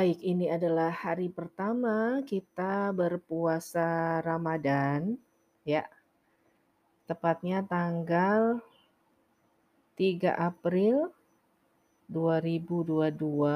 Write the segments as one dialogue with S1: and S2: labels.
S1: Baik, ini adalah hari pertama kita berpuasa Ramadan, ya, tepatnya tanggal 3 April 2022,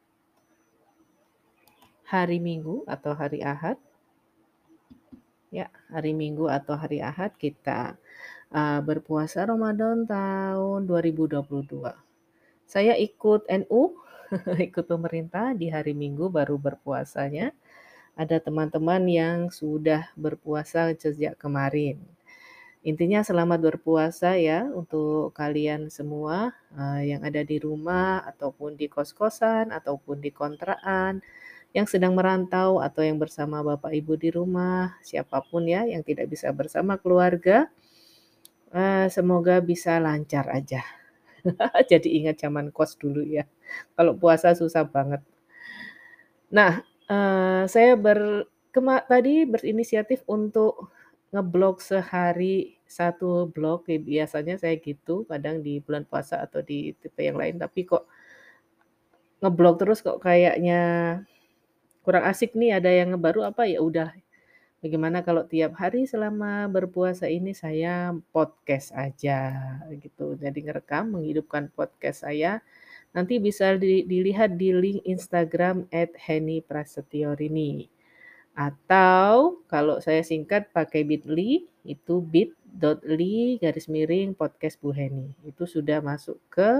S1: hari Minggu atau hari Ahad, ya, hari Minggu atau hari Ahad kita berpuasa Ramadan tahun 2022. Saya ikut NU, ikut pemerintah di hari Minggu baru berpuasanya. Ada teman-teman yang sudah berpuasa sejak kemarin. Intinya selamat berpuasa ya untuk kalian semua, yang ada di rumah ataupun di kos-kosan ataupun di kontrakan, yang sedang merantau atau yang bersama bapak ibu di rumah, siapapun ya yang tidak bisa bersama keluarga, semoga bisa lancar aja. Jadi ingat zaman kos dulu ya, kalau puasa susah banget. Nah, saya tadi berinisiatif untuk ngeblok sehari satu blog, biasanya saya gitu kadang di bulan puasa atau di tipe yang lain, tapi kok ngeblok terus kok kayaknya kurang asik nih, ada yang baru apa, ya udah bagaimana kalau tiap hari selama berpuasa ini saya podcast aja gitu. Jadi ngerekam, menghidupkan podcast saya. Nanti bisa dilihat di link Instagram @henny_prasetyorini. Atau kalau saya singkat pakai Bitly, itu bit.ly/podcast Bu Heni. Itu sudah masuk ke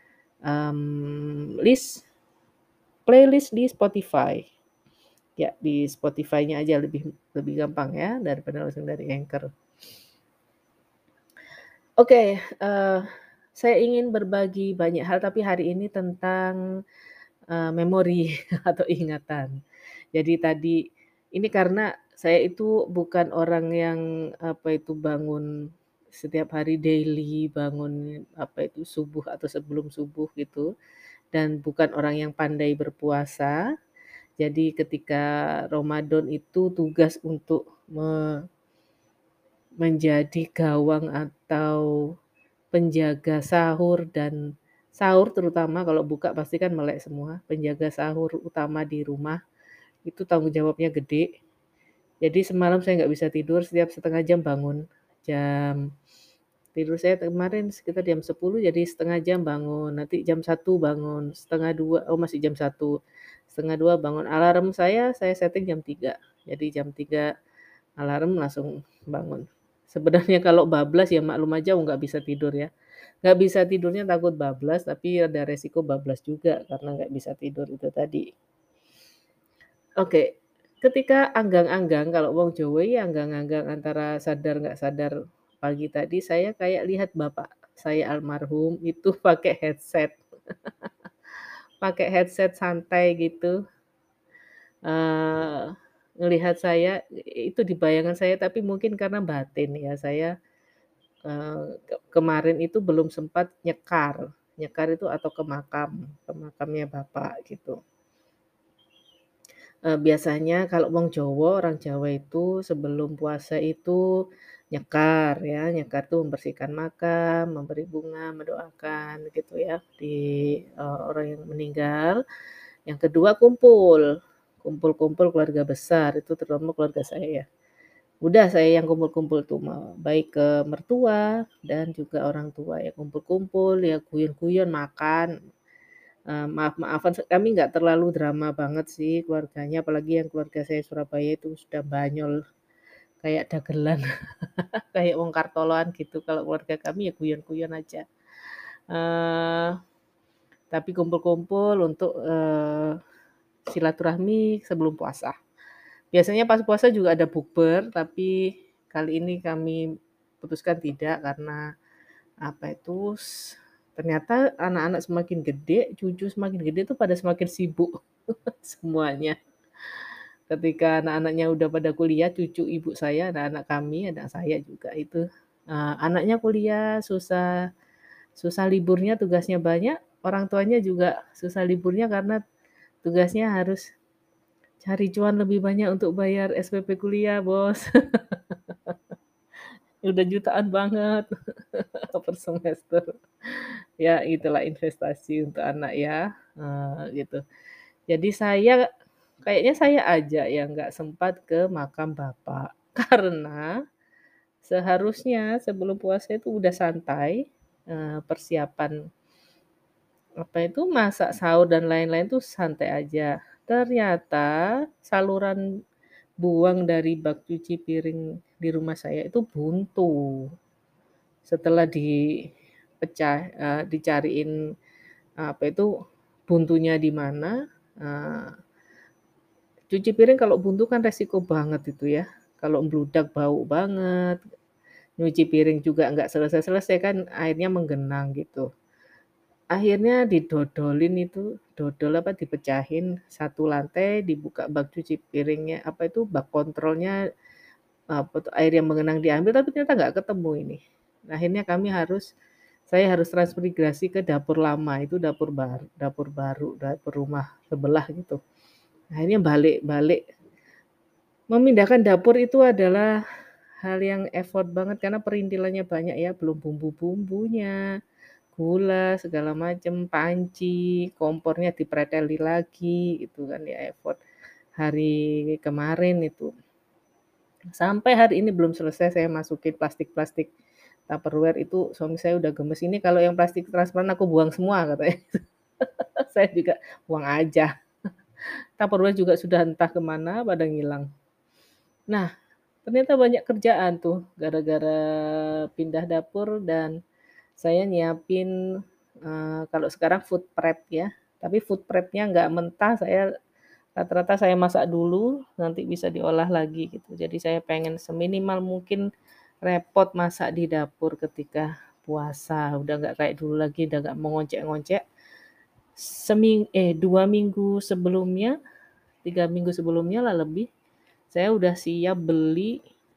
S1: playlist di Spotify. Ya, di Spotify-nya aja lebih lebih gampang ya daripada langsung dari Anchor. Oke, saya ingin berbagi banyak hal, tapi hari ini tentang, memori atau ingatan. Jadi tadi ini karena saya itu bukan orang yang, bangun setiap hari daily, bangun, subuh atau sebelum subuh gitu, dan bukan orang yang pandai berpuasa. Jadi ketika Ramadan itu tugas untuk menjadi gawang atau penjaga sahur dan sahur terutama kalau buka pasti kan melek semua, penjaga sahur utama di rumah, itu tanggung jawabnya gede. Jadi semalam saya nggak bisa tidur, setiap setengah jam bangun. Jam tidur saya kemarin sekitar jam 10, jadi setengah jam bangun, nanti jam 1 bangun, setengah 2, oh masih jam 1, setengah 2 bangun. Alarm saya setting jam 3, jadi jam 3 alarm langsung bangun. Sebenarnya kalau bablas ya maklum aja nggak bisa tidur ya. Nggak bisa tidurnya takut bablas, tapi ada resiko bablas juga karena nggak bisa tidur itu tadi. Oke, ketika anggang-anggang kalau wong Jawa ya anggang-anggang antara sadar nggak sadar pagi tadi, saya kayak lihat bapak saya almarhum itu pakai headset santai gitu, eee, ngelihat saya, itu di bayangan saya tapi mungkin karena batin ya, saya, kemarin itu belum sempat nyekar. Nyekar itu atau ke makamnya bapak gitu. Biasanya kalau wong Jawa, orang Jawa itu sebelum puasa itu nyekar ya, nyekar tuh membersihkan makam, memberi bunga, mendoakan gitu ya di, orang yang meninggal. Yang kedua kumpul, kumpul-kumpul keluarga besar, itu terutama keluarga saya ya. Udah saya yang kumpul-kumpul tuh baik ke mertua dan juga orang tua ya, kumpul-kumpul ya guyon-guyon, makan. Maaf-maafan kami nggak terlalu drama banget sih keluarganya, apalagi yang keluarga saya Surabaya itu sudah banyol, kayak dagelan, kayak wong kartoloan gitu. Kalau keluarga kami ya guyon-guyon aja. Eee, tapi kumpul-kumpul untuk, silaturahmi sebelum puasa. Biasanya pas puasa juga ada bukber, tapi kali ini kami putuskan tidak karena, ternyata anak-anak semakin gede, cucu semakin gede tuh pada semakin sibuk semuanya. Ketika anak-anaknya udah pada kuliah, cucu ibu saya, anak-anak kami, anak saya juga itu, anaknya kuliah, susah susah liburnya, tugasnya banyak, orang tuanya juga susah liburnya karena tugasnya harus cari cuan lebih banyak untuk bayar SPP kuliah, Bos. Udah jutaan banget per semester. Ya itulah investasi untuk anak ya, gitu. Jadi kayaknya saya aja yang nggak sempat ke makam bapak, karena seharusnya sebelum puasa itu udah santai, persiapan, apa itu, masak sahur dan lain-lain tuh santai aja. Ternyata saluran buang dari bak cuci piring di rumah saya itu buntu. Setelah dicariin, apa itu, buntunya di mana, eee, cuci piring kalau buntu kan resiko banget itu ya. Kalau membludak bau banget, nyuci piring juga nggak selesai-selesai kan airnya menggenang gitu. Akhirnya didodolin itu, dodol apa, dipecahin satu lantai, dibuka bak cuci piringnya, apa itu, bak kontrolnya, apa tuh, air yang mengenang diambil, tapi ternyata nggak ketemu ini. Nah, akhirnya saya harus transmigrasi ke dapur lama, itu dapur baru, dapur rumah sebelah gitu. Akhirnya balik. Memindahkan dapur itu adalah hal yang effort banget karena perintilannya banyak ya, belum bumbu-bumbunya, gula segala macem, panci, kompornya dipreteli lagi, itu kan ya effort hari kemarin itu. Sampai hari ini belum selesai saya masukin plastik-plastik Tupperware itu suami saya udah gemes, "Ini kalau yang plastik transparan aku buang semua," katanya. Saya juga, "Buang aja." Tupperware juga sudah entah ke mana pada ngilang. Nah, ternyata banyak kerjaan tuh gara-gara pindah dapur dan saya nyiapin, kalau sekarang food prep ya, tapi food prep-nya nggak mentah, rata-rata saya masak dulu, nanti bisa diolah lagi gitu. Jadi saya pengen seminimal mungkin repot masak di dapur ketika puasa, udah nggak kayak dulu lagi, udah nggak mengoncek-ngoncek. 2 minggu sebelumnya, 3 minggu sebelumnya lah lebih, saya udah siap beli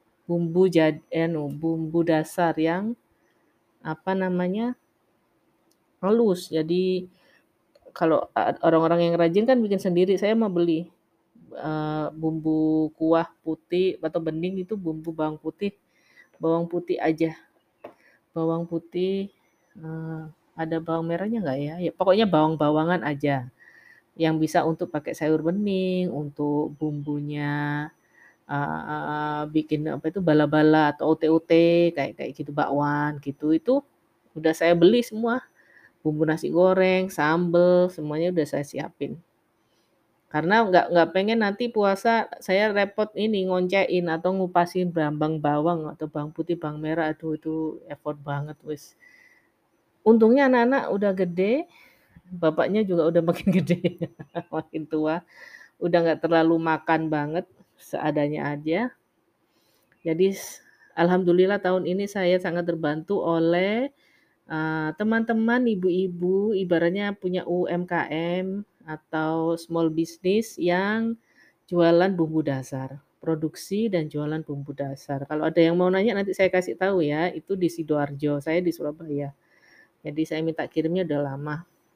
S1: bumbu dasar yang, apa namanya, halus. Jadi kalau orang-orang yang rajin kan bikin sendiri, saya mah beli, bumbu kuah putih atau bening itu bawang putih aja, bawang putih, eee, ada bawang merahnya nggak ya? Ya pokoknya bawang-bawangan aja, yang bisa untuk pakai sayur bening, untuk bumbunya, bikin apa itu, bala-bala atau ote-ote kayak kayak gitu, bakwan gitu, itu udah saya beli semua, bumbu nasi goreng, sambel, semuanya udah saya siapin. Karena nggak pengen nanti puasa saya repot ini ngoncein atau ngupasin brambang bawang atau bawang putih, bawang merah, aduh itu effort banget wis. Untungnya anak-anak udah gede, bapaknya juga udah makin gede, makin tua, udah nggak terlalu makan banget, seadanya aja. Jadi alhamdulillah tahun ini saya sangat terbantu oleh, teman-teman ibu-ibu ibaratnya punya UMKM atau small business yang jualan bumbu dasar, produksi dan jualan bumbu dasar. Kalau ada yang mau nanya nanti saya kasih tahu ya, itu di Sidoarjo, saya di Surabaya. Jadi saya minta kirimnya udah lama.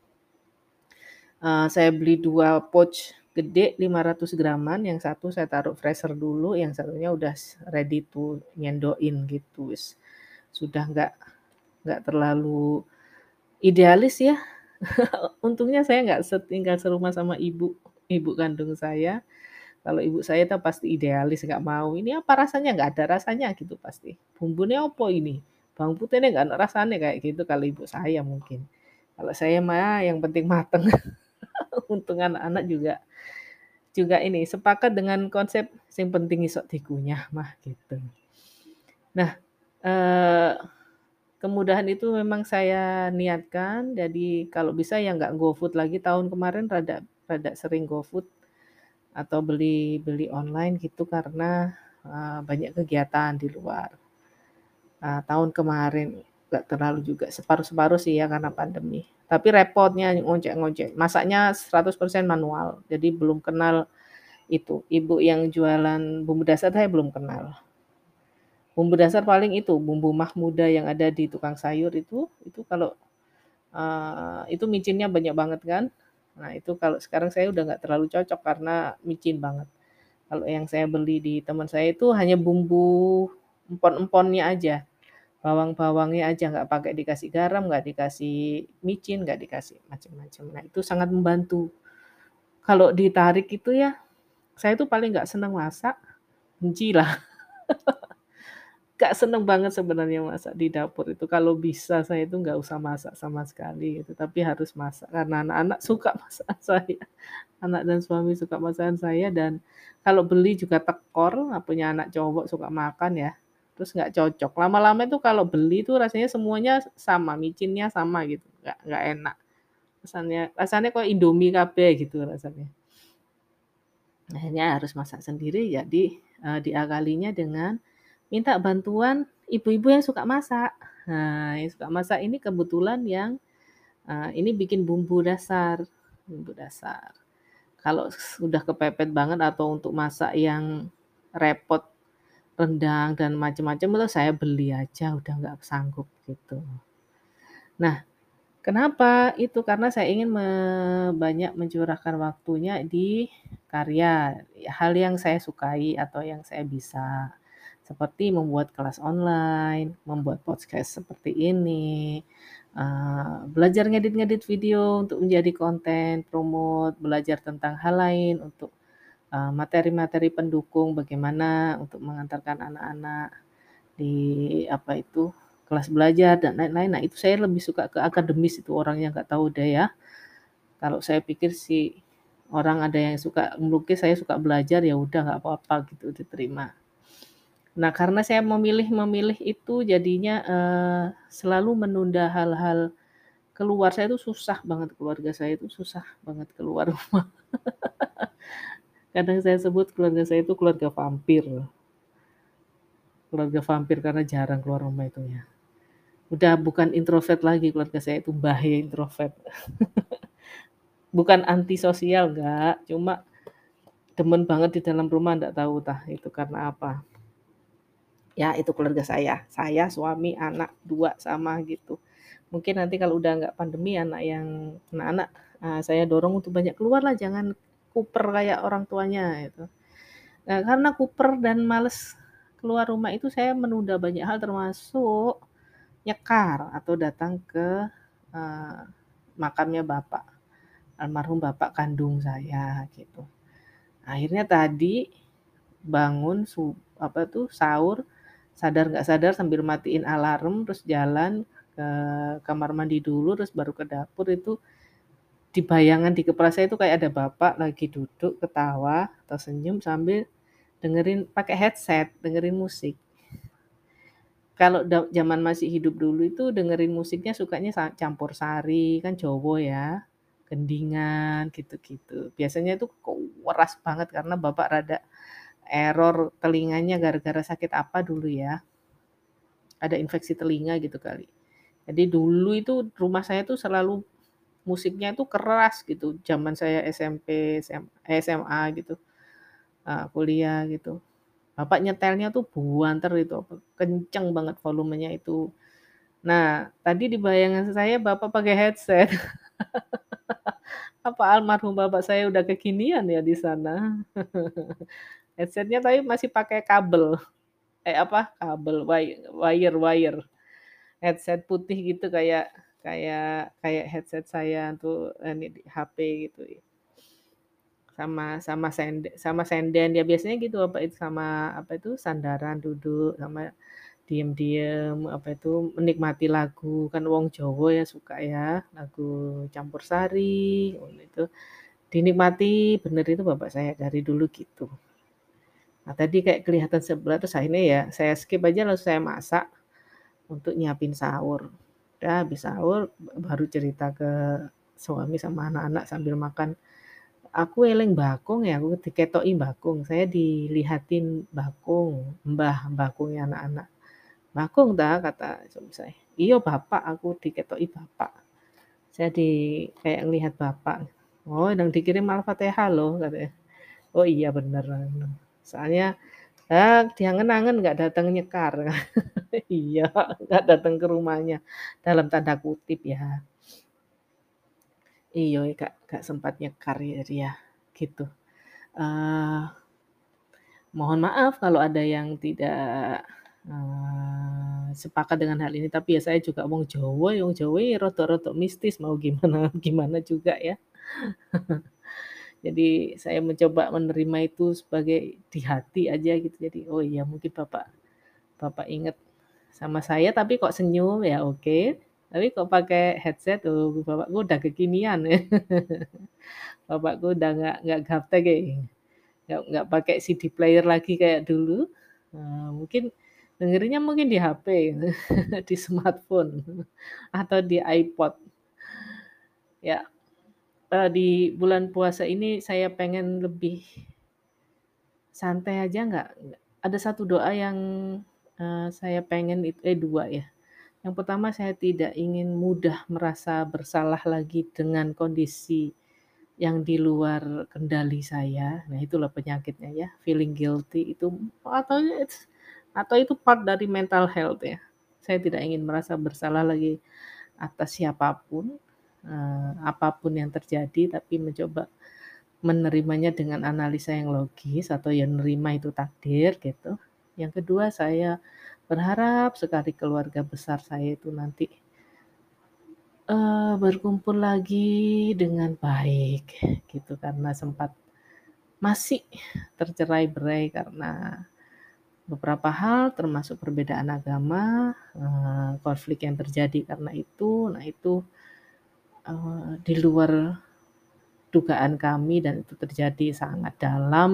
S1: Saya beli 2 pouch gede 500 graman, yang satu saya taruh freezer dulu, yang satunya udah ready to nyendokin gitu wis. Sudah nggak terlalu idealis ya. Untungnya saya nggak tinggal serumah sama ibu kandung saya. Kalau ibu saya tuh pasti idealis, nggak mau, "Ini apa rasanya?" "Nggak ada rasanya," gitu pasti. "Bumbunya opo ini?" "Bawang putihnya nggak ana rasane," kayak gitu kalau ibu saya mungkin. Kalau saya mah yang penting mateng. Untung anak-anak juga juga ini sepakat dengan konsep "sing penting iso dikunyah" mah gitu. Nah, eee, kemudahan itu memang saya niatkan, jadi kalau bisa ya nggak GoFood lagi, tahun kemarin rada rada sering GoFood atau beli beli online gitu karena, banyak kegiatan di luar. Tahun kemarin nggak terlalu juga, separuh-separuh sih ya karena pandemi. Tapi repotnya ngoncek-ngoncek, masaknya 100% manual, jadi belum kenal itu, ibu yang jualan bumbu dasar saya belum kenal. Bumbu dasar paling itu, bumbu mahmuda yang ada di tukang sayur itu kalau, itu micinnya banyak banget kan. Nah itu kalau sekarang saya udah nggak terlalu cocok karena micin banget. Kalau yang saya beli di teman saya itu hanya bumbu empon-emponnya aja, bawang-bawangnya aja, nggak pakai dikasih garam, nggak dikasih micin, nggak dikasih macem-macem. Nah itu sangat membantu. Kalau ditarik itu ya, saya tuh paling nggak seneng masak, benci lah. Nggak seneng banget sebenarnya masak di dapur itu, kalau bisa saya itu nggak usah masak sama sekali gitu, tapi harus masak karena anak-anak suka masakan saya. Anak dan suami suka masakan saya dan kalau beli juga tekor, punya anak cowok suka makan ya, terus nggak cocok. Lama-lama itu kalau beli tuh rasanya semuanya sama, micinnya sama gitu, nggak enak. Rasanya rasanya kok Indomie kabeh gitu rasanya. Akhirnya harus masak sendiri jadi, diakalinya dengan minta bantuan ibu-ibu yang suka masak. Nah, yang suka masak ini kebetulan yang, ini bikin bumbu dasar bumbu dasar. Kalau sudah kepepet banget atau untuk masak yang repot, rendang dan macam-macam itu saya beli aja udah nggak sanggup gitu. Nah, kenapa? Itu karena saya ingin banyak mencurahkan waktunya di karya, hal yang saya sukai atau yang saya bisa. Seperti membuat kelas online, membuat podcast seperti ini, belajar ngedit-ngedit video untuk menjadi konten, promote, belajar tentang hal lain untuk materi-materi pendukung bagaimana untuk mengantarkan anak-anak di apa itu, kelas belajar dan lain-lain. Nah, itu saya lebih suka ke akademis itu orangnya, nggak tahu deh ya. Kalau saya pikir sih orang ada yang suka melukis, saya suka belajar, ya udah nggak apa-apa gitu, diterima. Nah, karena saya memilih-memilih itu jadinya, selalu menunda hal-hal keluar. Saya tuh susah banget, keluarga saya itu susah banget keluar rumah. Kadang saya sebut keluarga saya itu keluarga vampir. Keluarga vampir karena jarang keluar rumah itu ya. Udah bukan introvert lagi keluarga saya itu, bahaya introvert. Bukan antisosial enggak, cuma demen banget di dalam rumah, nggak tahu tah itu karena apa. Ya itu keluarga saya suami, anak 2 sama gitu. Mungkin nanti kalau udah nggak pandemi anak-anak, saya dorong untuk banyak keluar lah, jangan kuper kayak orang tuanya gitu. Nah, karena kuper dan males keluar rumah itu saya menunda banyak hal termasuk nyekar atau datang ke, eee, makamnya bapak, almarhum bapak kandung saya gitu. Akhirnya tadi bangun sahur, sadar nggak sadar sambil matiin alarm, terus jalan ke kamar mandi dulu, terus baru ke dapur itu di bayangan di kepala saya itu kayak ada bapak lagi duduk ketawa atau senyum sambil dengerin pakai headset, dengerin musik. Kalau zaman masih hidup dulu itu dengerin musiknya sukanya Campursari, kan Jowo ya, Gendingan, gitu-gitu. Biasanya itu keras banget karena bapak rada error telinganya gara-gara sakit apa dulu ya, ada infeksi telinga gitu kali. Jadi dulu itu rumah saya tuh selalu musiknya itu keras gitu, zaman saya SMP, SMA gitu, kuliah gitu. Bapak nyetelnya tuh buanter itu, kenceng banget volumenya itu. Nah, tadi di bayangan saya Bapak pakai headset. Apa almarhum bapak saya udah kekinian ya di sana? Headset-nya tapi masih pakai kabel, kabel, wire, headset putih gitu kayak kayak kayak headset saya tuh ini di HP gitu ya. Sama senden, ya biasanya gitu Bapak itu sama sandaran duduk, sama diem-diem, menikmati lagu, kan wong Jawa ya suka ya, lagu Campursari, itu. Dinikmati bener itu bapak saya dari dulu gitu. Nah tadi kayak kelihatan sebelah terus akhirnya ya saya skip aja langsung saya masak untuk nyiapin sahur. Udah habis sahur baru cerita ke suami sama anak-anak sambil makan. Aku eling bakung ya, aku diketoki bakung. Saya dilihatin bakung, bakungnya anak-anak. "Bakung ta?" kata suami saya. "Iya bapak, aku diketoki bapak." Saya kayak ngelihat bapak. "Oh yang dikirim Al-Fatihah loh," katanya. "Oh iya bener." Soalnya, diangen-angen nggak datang nyekar. Iya, nggak datang ke rumahnya, dalam tanda kutip ya. Iya, Kak, sempat nyekar ya dia, gitu. Eee, Mohon maaf kalau ada yang tidak, sepakat dengan hal ini, tapi ya saya juga wong Jawa ya rada-rada mistis mau gimana gimana juga ya. Jadi saya mencoba menerima itu sebagai di hati aja gitu. Jadi, oh iya mungkin Bapak Bapak inget sama saya tapi kok senyum, ya oke. Tapi kok pakai headset, oh bapakku udah kekinian ya. Bapakku udah nggak gaptek nggak pakai CD player lagi kayak dulu. Mungkin dengerinnya mungkin di HP gitu, di smartphone atau di iPod. Ya, di bulan puasa ini saya pengen lebih santai aja ada satu doa yang, saya pengen 2 ya. Yang pertama saya tidak ingin mudah merasa bersalah lagi dengan kondisi yang di luar kendali saya. Nah itulah penyakitnya ya, feeling guilty itu atau atau itu part dari mental health ya. Saya tidak ingin merasa bersalah lagi atas siapapun, apapun yang terjadi, tapi mencoba menerimanya dengan analisa yang logis atau ya nerima itu takdir gitu. Yang kedua saya berharap sekali keluarga besar saya itu nanti, berkumpul lagi dengan baik gitu karena sempat masih tercerai-berai karena beberapa hal termasuk perbedaan agama, konflik yang terjadi karena itu. Nah itu, di luar dugaan kami dan itu terjadi sangat dalam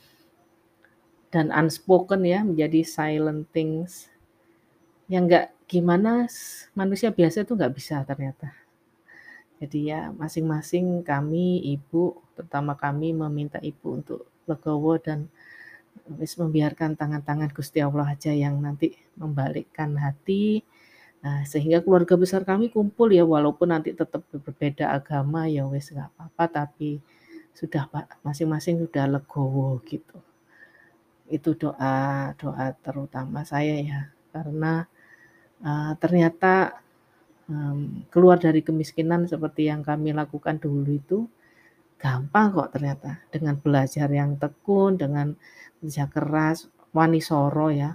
S1: dan unspoken ya, menjadi silent things yang nggak gimana manusia biasa itu nggak bisa ternyata. Jadi ya masing-masing kami, ibu, terutama kami meminta ibu untuk legowo dan wis membiarkan tangan-tangan Gusti Allah aja yang nanti membalikkan hati. Nah, sehingga keluarga besar kami kumpul ya walaupun nanti tetap berbeda agama ya wis nggak apa-apa tapi sudah masing-masing sudah legowo gitu. Itu doa doa terutama saya ya, karena, ternyata, keluar dari kemiskinan seperti yang kami lakukan dulu itu gampang kok ternyata, dengan belajar yang tekun, dengan kerja keras, wani soro ya,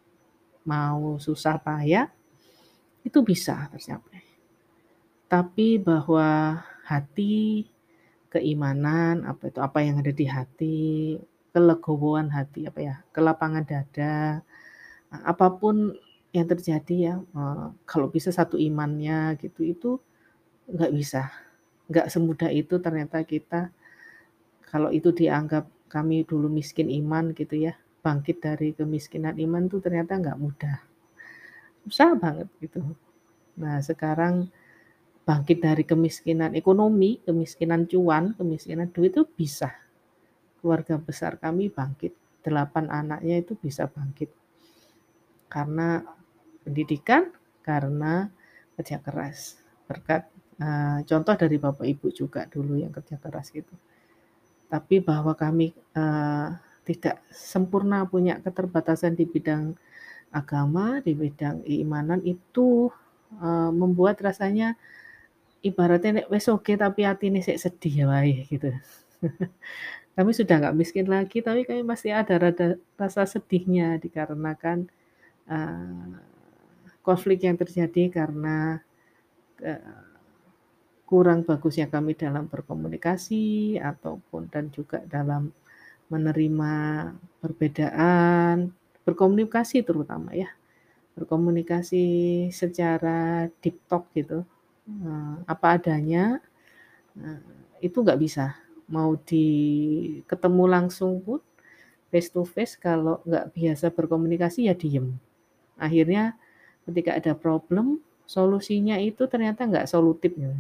S1: mau susah payah, itu bisa tercapai. Tapi bahwa hati, keimanan, apa yang ada di hati, kelegowoan hati, kelapangan dada, apapun yang terjadi ya, kalau bisa satu imannya gitu, itu nggak bisa, nggak semudah itu ternyata kita kalau itu dianggap kami dulu miskin iman gitu ya, bangkit dari kemiskinan iman tuh ternyata nggak mudah, susah banget gitu. Nah sekarang bangkit dari kemiskinan ekonomi, kemiskinan cuan, kemiskinan duit itu bisa. Keluarga besar kami bangkit, 8 anaknya itu bisa bangkit. Karena pendidikan, karena kerja keras. Berkat, contoh dari bapak ibu juga dulu yang kerja keras gitu. Tapi bahwa kami, tidak sempurna punya keterbatasan di bidang agama, di bidang keimanan itu, membuat rasanya ibaratnya nek wis oge tapi atine sik sedih wae gitu. Kami sudah nggak miskin lagi tapi kami masih ada rasa sedihnya dikarenakan, eee, konflik yang terjadi karena, eee kurang bagusnya kami dalam berkomunikasi ataupun dan juga dalam menerima perbedaan, berkomunikasi terutama ya, berkomunikasi secara deep talk gitu, apa adanya, eee, itu nggak bisa. Mau ketemu langsung pun face to face kalau nggak biasa berkomunikasi ya diem. Akhirnya ketika ada problem, solusinya itu ternyata nggak solutif gitu.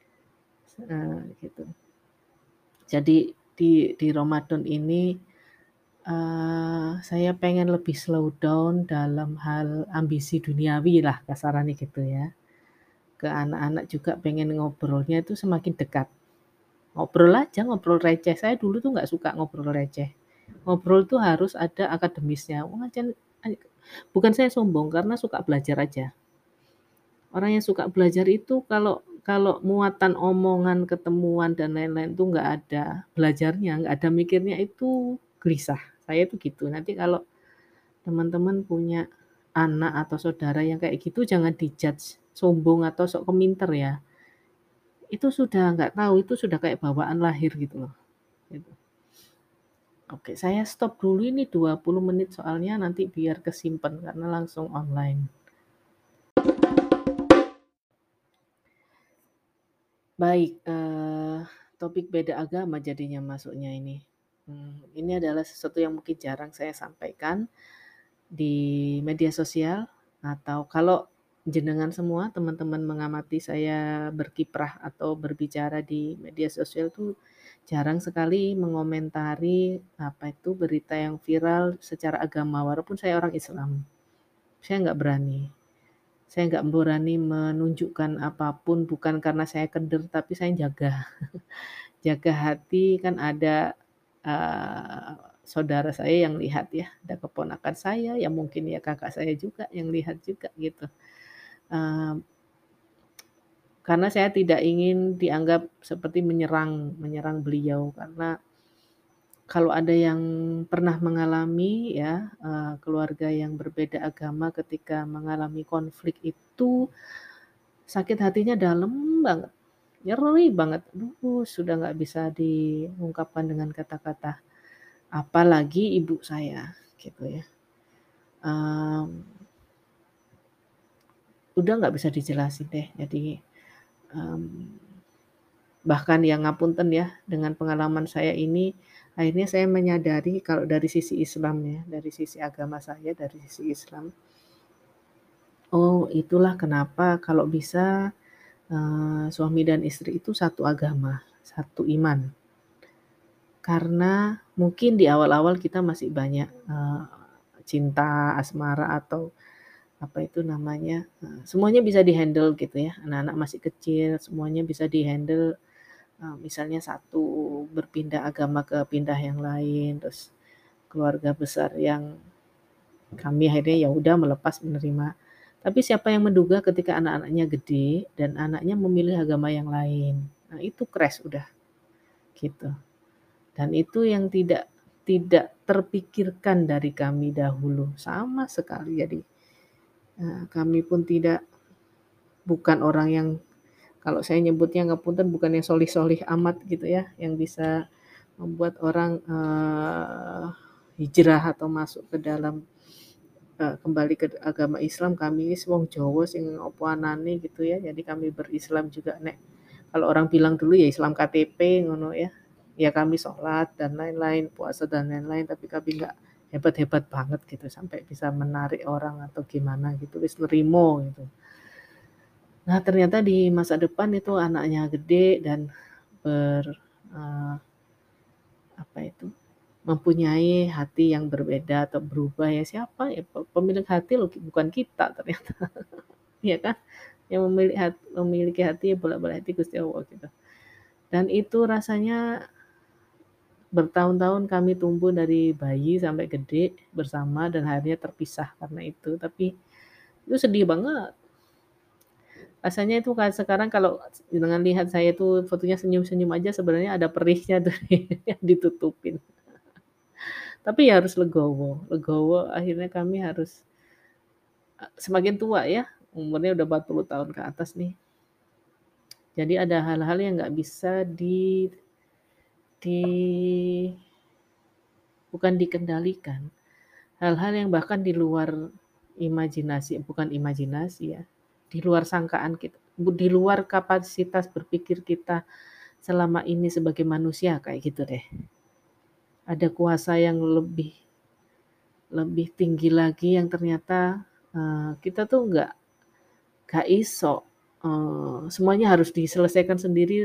S1: Gitu. Jadi di Ramadan ini, saya pengen lebih slow down dalam hal ambisi duniawi lah kasarannya gitu ya. Ke anak-anak juga pengen ngobrolnya itu semakin dekat. Ngobrol aja, ngobrol receh. Saya dulu tuh nggak suka ngobrol receh. Ngobrol tuh harus ada akademisnya. Wah, bukan saya sombong karena suka belajar aja. Orang yang suka belajar itu kalau kalau muatan omongan, ketemuan, dan lain-lain tuh nggak ada belajarnya, nggak ada mikirnya itu gelisah. Saya tuh gitu. Nanti kalau teman-teman punya anak atau saudara yang kayak gitu jangan di-judge sombong atau sok pinter ya. Itu sudah nggak tahu, itu sudah kayak bawaan lahir gitu loh. gitu. Oke, saya stop dulu ini 20 menit soalnya nanti biar kesimpan karena langsung online. Baik, topik beda agama jadinya masuknya ini. Ini adalah sesuatu yang mungkin jarang saya sampaikan di media sosial atau kalau jenengan semua teman-teman mengamati saya berkiprah atau berbicara di media sosial tuh jarang sekali mengomentari apa itu berita yang viral secara agama walaupun saya orang Islam. Saya nggak berani. Saya nggak berani menunjukkan apapun bukan karena saya keder tapi saya jaga. Jaga hati kan ada, saudara saya yang lihat ya, ada keponakan saya, ya mungkin ya kakak saya juga yang lihat juga gitu. Eee, karena saya tidak ingin dianggap seperti menyerang menyerang beliau karena kalau ada yang pernah mengalami ya, keluarga yang berbeda agama ketika mengalami konflik itu sakit hatinya dalam banget, nyeri banget, aduh sudah nggak bisa diungkapkan dengan kata-kata. Apalagi ibu saya, gitu ya. Mmm, udah nggak bisa dijelasin deh. Jadi, mmm, bahkan yang ngapunten ya, dengan pengalaman saya ini, akhirnya saya menyadari kalau dari sisi Islam ya, dari sisi agama saya, dari sisi Islam, oh itulah kenapa kalau bisa, suami dan istri itu satu agama, satu iman. Karena mungkin di awal-awal kita masih banyak, cinta, asmara, atau apa itu namanya, semuanya bisa di-handle gitu ya, anak-anak masih kecil, semuanya bisa di-handle, misalnya satu berpindah agama ke pindah yang lain, terus keluarga besar yang kami akhirnya ya udah melepas menerima. Tapi siapa yang menduga ketika anak-anaknya gede dan anaknya memilih agama yang lain. Nah itu crash udah, gitu. Dan itu yang tidak tidak terpikirkan dari kami dahulu, sama sekali. Jadi, kami pun bukan orang yang kalau saya nyebutnya ngapunten bukan yang solih-solih amat gitu ya, yang bisa membuat orang, hijrah atau masuk ke dalam, kembali ke agama Islam. Kami ini wong Jawa sing apa anane gitu ya, jadi kami berislam juga nek kalau orang bilang dulu ya Islam KTP ngono ya. Ya kami sholat dan lain-lain, puasa dan lain-lain, tapi kami nggak hebat-hebat banget gitu sampai bisa menarik orang atau gimana gitu, wis nerimo gitu. Nah, ternyata di masa depan itu anaknya gede dan ber eee, apa itu, mempunyai hati yang berbeda atau berubah ya siapa ya pemilik hati bukan kita ternyata, iya kan? Yang memiliki hati ya bola-balik hati Gusti Allah gitu. Dan itu rasanya bertahun-tahun kami tumbuh dari bayi sampai gede bersama dan akhirnya terpisah karena itu, tapi itu sedih banget. Rasanya itu sekarang kalau dengan lihat saya tuh fotonya senyum-senyum aja sebenarnya ada perihnya tuh yang ditutupin. Tapi ya harus legowo legowo akhirnya kami harus, semakin tua ya, umurnya udah 40 tahun ke atas nih. Jadi ada hal-hal yang nggak bisa di bukan dikendalikan, hal-hal yang bahkan di luar imajinasi bukan imajinasi ya, di luar sangkaan kita, di luar kapasitas berpikir kita selama ini sebagai manusia, kayak gitu deh. Ada kuasa yang lebih lebih tinggi lagi yang ternyata, kita tuh nggak iso, semuanya harus diselesaikan sendiri,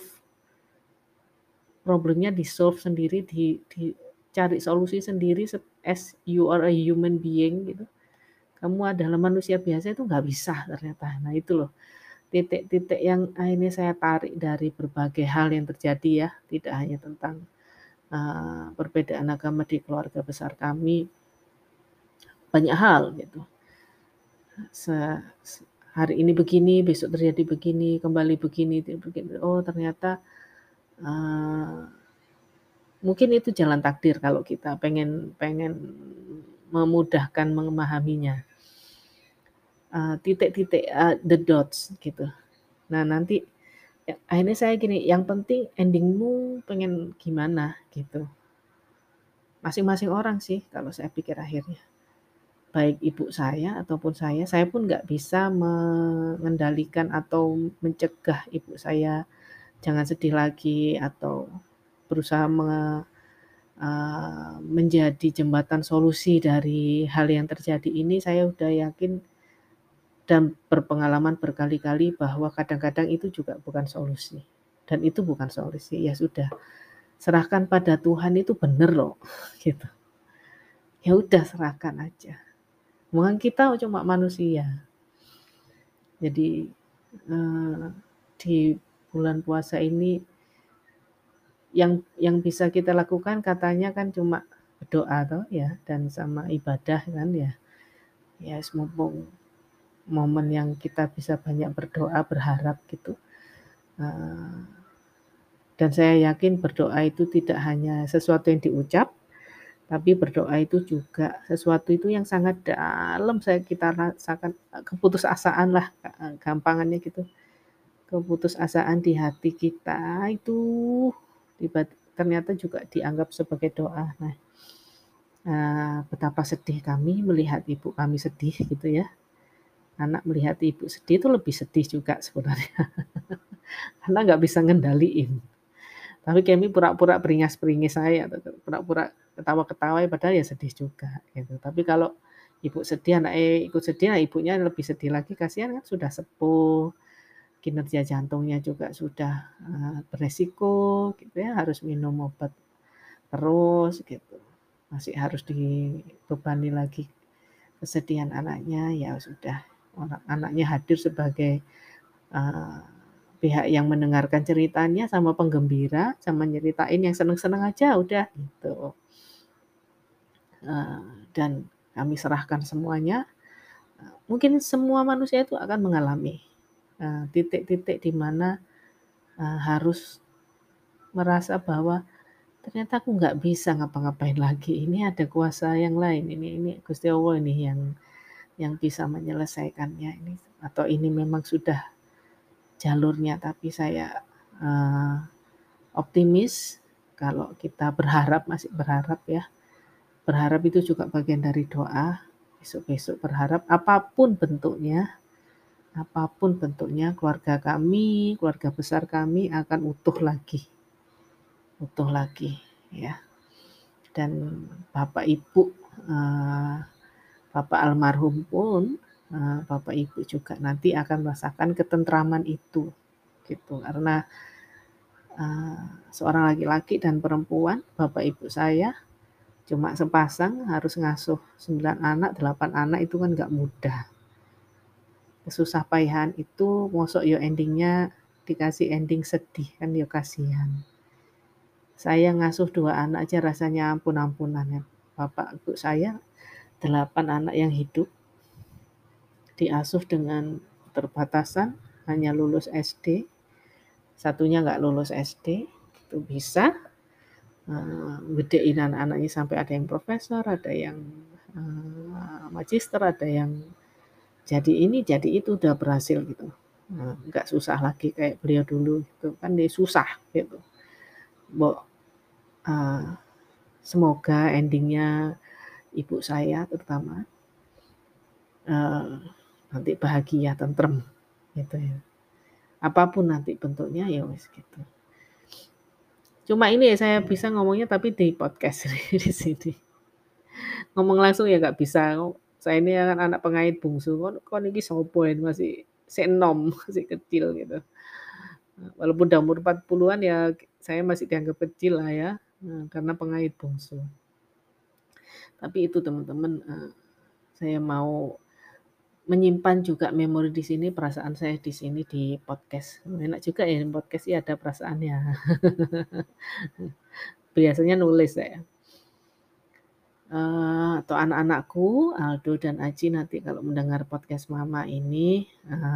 S1: problemnya di-solve sendiri, dicari solusi sendiri as you are a human being gitu. Kamu adalah manusia biasa itu nggak bisa ternyata. Nah itu loh, titik-titik yang akhirnya saya tarik dari berbagai hal yang terjadi ya, tidak hanya tentang, perbedaan agama di keluarga besar kami, banyak hal gitu. Se se hari ini begini, besok terjadi begini, kembali begini, begini. Oh ternyata, eee, mungkin itu jalan takdir kalau kita pengen pengen memudahkan memahaminya. Titik-titik, the dots gitu. Nah nanti akhirnya saya gini, yang penting ending-mu pengen gimana gitu. Masing-masing orang sih kalau saya pikir akhirnya. Baik ibu saya ataupun saya pun nggak bisa mengendalikan atau mencegah ibu saya jangan sedih lagi atau berusaha menjadi jembatan solusi dari hal yang terjadi ini. Saya udah yakin dan berpengalaman berkali-kali bahwa kadang-kadang itu juga bukan solusi, dan itu bukan solusi. Ya sudah, serahkan pada Tuhan itu bener loh, gitu. Ya udah serahkan aja. Mungkin kita cuma manusia. Jadi di bulan puasa ini yang bisa kita lakukan katanya kan cuma berdoa toh ya dan sama ibadah kan ya. Ya mumpung momen yang kita bisa banyak berdoa, berharap gitu. Dan saya yakin berdoa itu tidak hanya sesuatu yang diucap, tapi berdoa itu juga sesuatu itu yang sangat dalam kita rasakan, keputusasaan lah, gampangannya gitu. Keputusasaan di hati kita itu ternyata juga dianggap sebagai doa. Nah, betapa sedih kami melihat ibu kami sedih gitu ya. Anak melihat ibu sedih itu lebih sedih juga sebenarnya. Karena nggak bisa ngendaliin. Tapi kami pura-pura beringas-beringis saya, pura-pura ketawa-ketawa padahal ya sedih juga gitu. Tapi kalau ibu sedih, anaknya ikut sedih, nah ibunya lebih sedih lagi, kasihan kan sudah sepuh, kinerja jantungnya juga sudah beresiko gitu ya, harus minum obat terus gitu. Masih harus dibebani lagi kesedihan anaknya, ya sudah anaknya hadir sebagai pihak yang mendengarkan ceritanya sama penggembira, sama nyeritain yang seneng-seneng aja udah gitu. Dan kami serahkan semuanya. Mungkin semua manusia itu akan mengalami titik-titik di mana harus merasa bahwa ternyata aku nggak bisa ngapa-ngapain lagi. Ini ada kuasa yang lain. Ini Gusti Allah ini yang bisa menyelesaikannya ini atau ini memang sudah jalurnya. Tapi saya optimis kalau kita berharap, masih berharap ya. Berharap itu juga bagian dari doa. Besok-besok berharap apapun bentuknya keluarga kami, keluarga besar kami akan utuh lagi ya. Dan Bapak Ibu, Bapak almarhum pun, Bapak Ibu juga nanti akan merasakan ketentraman itu gitu. Karena seorang laki-laki dan perempuan, Bapak Ibu saya cuma sepasang harus ngasuh 9 anak, 8 anak itu kan nggak mudah. Kesusah payahan itu mosok yo endingnya dikasih ending sedih kan yo kasihan. Saya ngasuh 2 anak aja rasanya ampun-ampunan ya. Bapak ibu saya 8 anak yang hidup diasuh dengan keterbatasan, hanya lulus SD, satunya nggak lulus SD, itu bisa gedein anak-anaknya sampai ada yang profesor, ada yang magister, ada yang jadi ini, jadi itu udah berhasil gitu. Nggak susah lagi kayak beliau dulu gitu kan dia susah gitu. Semoga endingnya ibu saya terutama nanti bahagia, tentrem gitu ya. Apapun nanti bentuknya ya wis gitu. Cuma ini ya saya bisa ngomongnya tapi di podcast di sini. Ngomong langsung ya nggak bisa. Saya ini kan anak pengait bungsu. Kon iki sopo masih senom, masih kecil gitu. Walaupun udah umur 40-an ya saya masih dianggap kecil lah ya. Karena pengait bungsu. Tapi itu teman-teman saya mau menyimpan juga memori di sini, perasaan saya di sini di podcast. Enak juga ya di podcast sih ada perasaannya. Biasanya nulis saya. Atau anak-anakku, Aldo dan Aji nanti kalau mendengar podcast mama ini,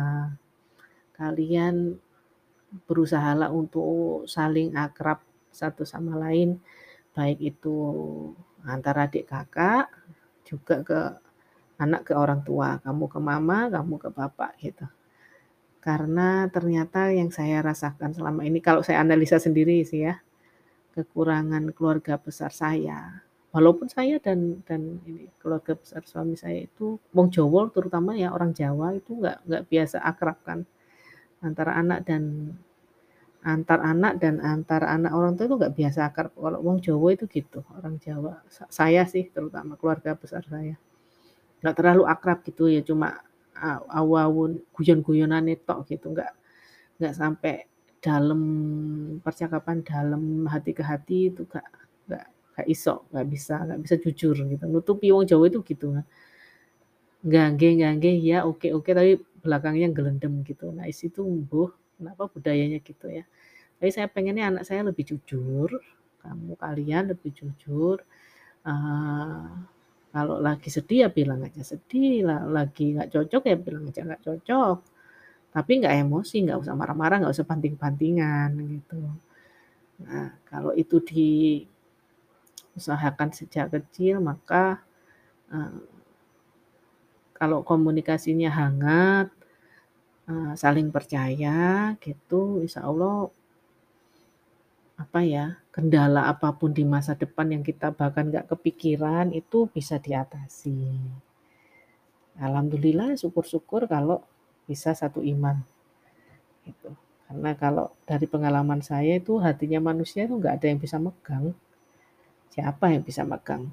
S1: kalian berusahalah untuk saling akrab satu sama lain, baik itu antara adik kakak, juga ke anak ke orang tua, kamu ke mama, kamu ke bapak gitu. Karena ternyata yang saya rasakan selama ini kalau saya analisa sendiri sih ya, kekurangan keluarga besar saya. Walaupun saya dan ini keluarga besar suami saya itu wong Jawa terutama ya orang Jawa itu nggak biasa akrab kan antara anak dan antar anak orang tua itu nggak biasa akrab. Kalau wong Jawa itu gitu, orang Jawa. Saya sih terutama keluarga besar saya. Nggak terlalu akrab gitu ya, cuma awun guyon-guyonane tok gitu, nggak sampai dalam percakapan dalam hati ke hati itu nggak nggak iso, nggak bisa jujur gitu. Nutupi wong Jawa itu gitu. Nggih, ya, oke, tapi belakangnya gelendem gitu. Nah, itu mbuh kenapa budayanya gitu ya. Tapi saya pengennya anak saya lebih jujur, kalian lebih jujur, eee, kalau lagi sedih ya bilang aja sedih, lagi nggak cocok ya bilang aja nggak cocok. Tapi nggak emosi, nggak usah marah-marah, nggak usah banting-bantingan gitu. Nah, kalau itu diusahakan sejak kecil maka, eee, kalau komunikasinya hangat, saling percaya gitu, insya Allah apa ya, kendala apapun di masa depan yang kita bahkan nggak kepikiran itu bisa diatasi. Alhamdulillah syukur-syukur kalau bisa satu iman gitu. Karena kalau dari pengalaman saya itu hatinya manusia itu nggak ada yang bisa megang. Siapa yang bisa megang?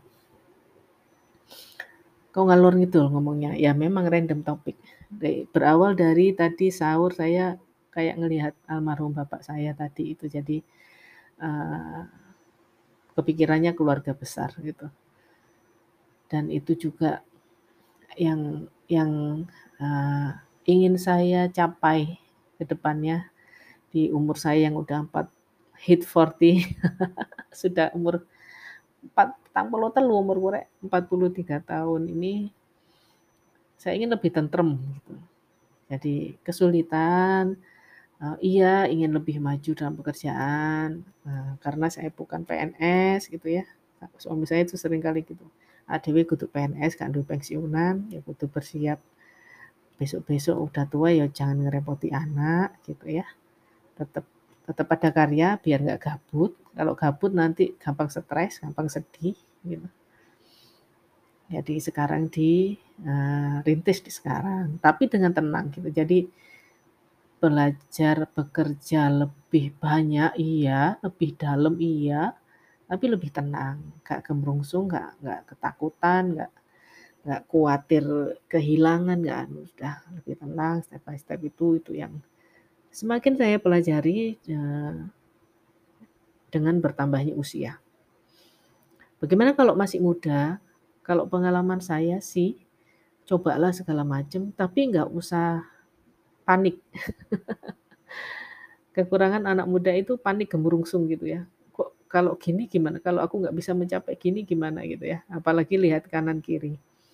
S1: Kok ngalor ngidul ngomongnya? Ya memang random topik. Berawal dari tadi sahur saya kayak ngelihat almarhum bapak saya tadi itu jadi uh, kepikirannya keluarga besar gitu. Dan itu juga yang ingin saya capai ke depannya di umur saya yang udah hit 40 sudah umur 43 umur gue 43 tahun ini saya ingin lebih tentrem gitu. Jadi kesulitan, iya ingin lebih maju dalam pekerjaan, karena saya bukan PNS gitu ya. Suami saya itu sering kali gitu, "Adewe kudu PNS gak duwe pensiunan, ya kudu bersiap besok-besok udah tua ya jangan ngerepoti anak," gitu ya. Tetap tetap ada karya biar nggak gabut, kalau gabut nanti gampang stres, gampang sedih gitu. Jadi sekarang rintis di sekarang, tapi dengan tenang gitu. Jadi belajar bekerja lebih banyak iya, lebih dalam iya, tapi lebih tenang, nggak gemerungsung, nggak ketakutan, nggak kuatir kehilangan, nggak anu, udah lebih tenang step by step itu yang semakin saya pelajari, dengan bertambahnya usia. Bagaimana kalau masih muda? Kalau pengalaman saya sih, cobalah segala macam, tapi nggak usah panik. Kekurangan anak muda itu panik gemerungsung gitu ya. Kok kalau gini gimana? Kalau aku nggak bisa mencapai gini gimana gitu ya. Apalagi lihat kanan kiri.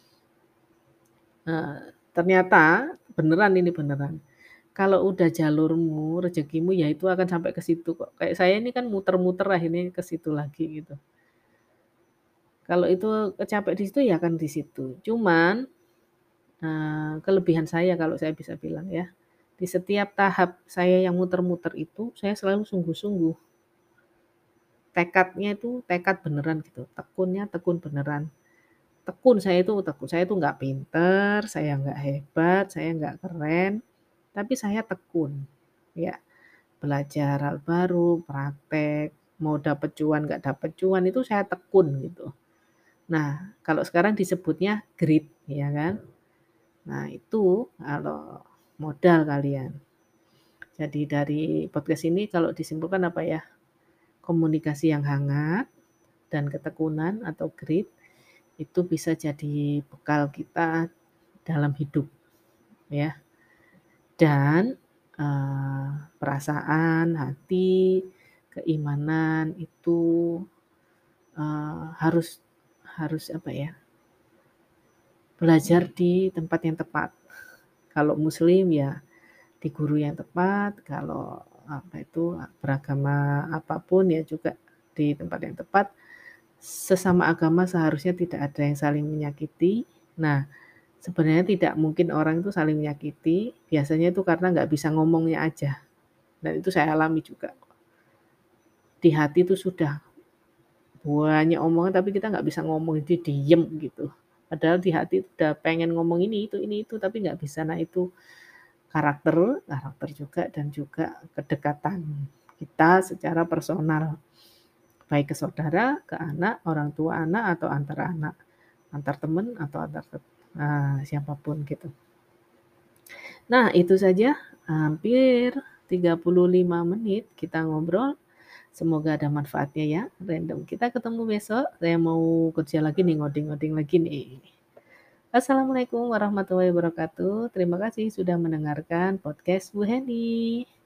S1: Ternyata beneran ini beneran. Kalau udah jalurmu, rezekimu ya itu akan sampai ke situ kok. Kayak saya ini kan muter-muter lah ini ke situ lagi gitu. Kalau itu kecapek di situ ya akan di situ. Cuman kelebihan saya kalau saya bisa bilang ya, di setiap tahap saya yang muter-muter itu saya selalu sungguh-sungguh. Tekadnya itu tekad beneran gitu, tekunnya tekun beneran. Tekun saya itu nggak pinter, saya nggak hebat, saya nggak keren, tapi saya tekun. Ya, belajar hal baru, praktek, mau dapet cuan nggak dapet cuan itu saya tekun gitu. Nah, kalau sekarang disebutnya grit, ya kan? Nah, itu kalau modal kalian. Jadi dari podcast ini kalau disimpulkan apa ya? Komunikasi yang hangat dan ketekunan atau grit itu bisa jadi bekal kita dalam hidup ya. Dan perasaan, hati, keimanan itu harus harus apa ya? Belajar di tempat yang tepat. Kalau muslim ya di guru yang tepat, kalau apa itu beragama apapun ya juga di tempat yang tepat. Sesama agama seharusnya tidak ada yang saling menyakiti. Nah, Sebenarnya tidak mungkin orang itu saling menyakiti, biasanya itu karena nggak bisa ngomongnya aja, dan itu saya alami juga. Di hati itu sudah banyak omongan tapi kita nggak bisa ngomong, jadi diem gitu. Padahal di hati udah pengen ngomong ini itu, tapi nggak bisa. Nah itu karakter karakter juga dan juga kedekatan kita secara personal, baik ke saudara, ke anak, orang tua anak, atau antar anak, antar teman atau antar siapapun gitu. Nah itu saja, hampir 35 menit kita ngobrol. Semoga ada manfaatnya ya, random. Kita ketemu besok, saya mau kerja lagi nih, ngoding-ngoding lagi nih. Assalamualaikum warahmatullahi wabarakatuh. Terima kasih sudah mendengarkan podcast Bu Heni.